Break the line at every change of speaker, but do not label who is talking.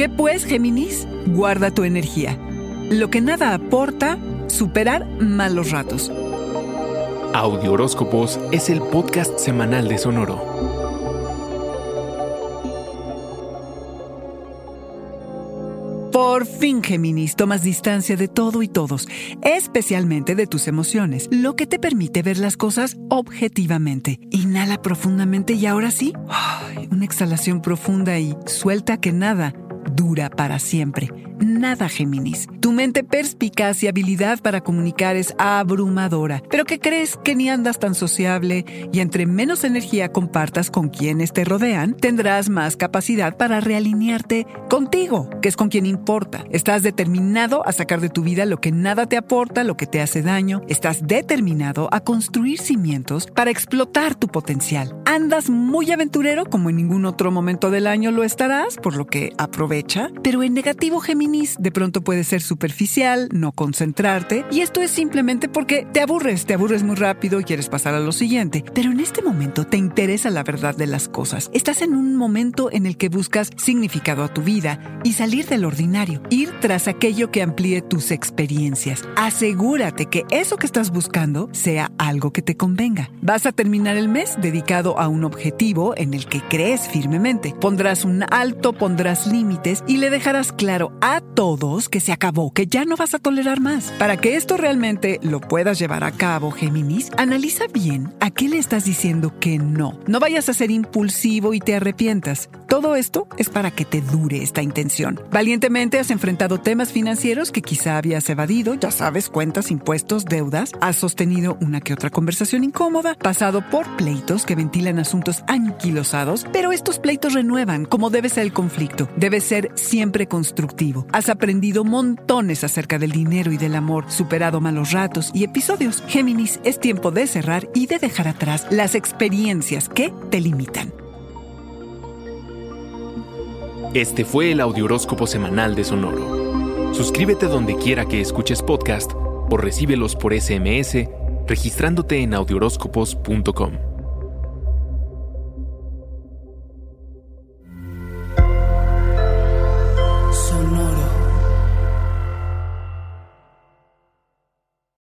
¿Qué pues, Géminis? Guarda tu energía. Lo que nada aporta, superar malos ratos.
Audio Horóscopos es el podcast semanal de Sonoro.
Por fin, Géminis, tomas distancia de todo y todos, especialmente de tus emociones, lo que te permite ver las cosas objetivamente. Inhala profundamente y ahora sí, una exhalación profunda y suelta que nada dura para siempre. Nada, Géminis. Tu mente perspicaz y habilidad para comunicar es abrumadora. ¿Pero qué crees? Que ni andas tan sociable y entre menos energía compartas con quienes te rodean, tendrás más capacidad para realinearte contigo, que es con quien importa. Estás determinado a sacar de tu vida lo que nada te aporta, lo que te hace daño. Estás determinado a construir cimientos para explotar tu potencial. Andas muy aventurero, como en ningún otro momento del año lo estarás, por lo que aprovecha. Pero en negativo, Géminis, de pronto puede ser superficial, no concentrarte, y esto es simplemente porque te aburres muy rápido y quieres pasar a lo siguiente. Pero en este momento te interesa la verdad de las cosas. Estás en un momento en el que buscas significado a tu vida y salir del ordinario, ir tras aquello que amplíe tus experiencias. Asegúrate que eso que estás buscando sea algo que te convenga. Vas a terminar el mes dedicado a un objetivo en el que crees firmemente. Pondrás un alto, pondrás límites y le dejarás claro a todos que se acabó, que ya no vas a tolerar más. Para que esto realmente lo puedas llevar a cabo, Géminis, analiza bien a qué le estás diciendo que no. No vayas a ser impulsivo y te arrepientas. Todo esto es para que te dure esta intención. Valientemente has enfrentado temas financieros que quizá habías evadido, ya sabes, cuentas, impuestos, deudas. Has sostenido una que otra conversación incómoda, pasado por pleitos que ventilan asuntos anquilosados, pero estos pleitos renuevan, como debe ser el conflicto. Debe ser siempre constructivo. Has aprendido montones acerca del dinero y del amor, superado malos ratos y episodios. Géminis, es tiempo de cerrar y de dejar atrás las experiencias que te limitan.
Este fue el Audio Horóscopo semanal de Sonoro. Suscríbete donde quiera que escuches podcast o recíbelos por SMS registrándote en audiohoróscopos.com.